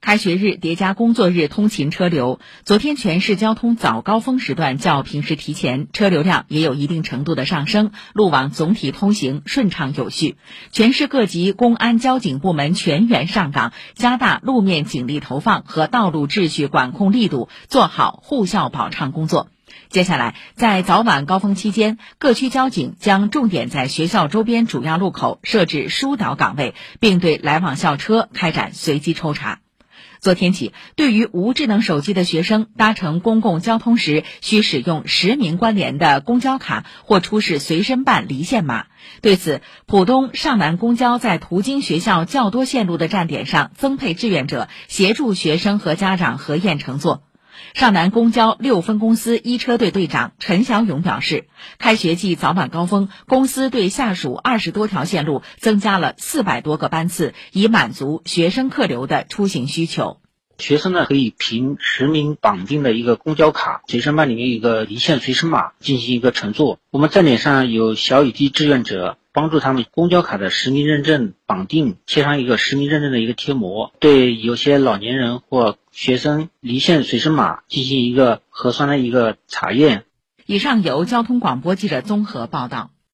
开学日叠加工作日通勤车流，昨天全市交通早高峰时段较平时提前，车流量也有一定程度的上升，路网总体通行顺畅有序。全市各级公安交警部门全员上岗，加大路面警力投放和道路秩序管控力度，做好护校保畅工作。接下来，在早晚高峰期间，各区交警将重点在学校周边主要路口设置疏导岗位，并对来往校车开展随机抽查。昨天起，对于无智能手机的学生，搭乘公共交通时需使用实名关联的公交卡或出示随身办离线码。对此，浦东上南公交在途经学校较多线路的站点上增配志愿者，协助学生和家长核验乘坐。上南公交6分公司一车队队长陈小勇表示，开学季早晚高峰，公司对下属20多条线路增加了400多个班次，以满足学生客流的出行需求。 学生呢可以凭实名绑定的一个公交卡，随身办里面有一个离线随身码进行一个乘坐。我们站点上有小雨滴志愿者，帮助他们公交卡的实名认证绑定，贴上一个实名认证的一个贴膜，对有些老年人或学生离线随身码进行一个核酸的一个查验。 以上由交通广播记者综合报道。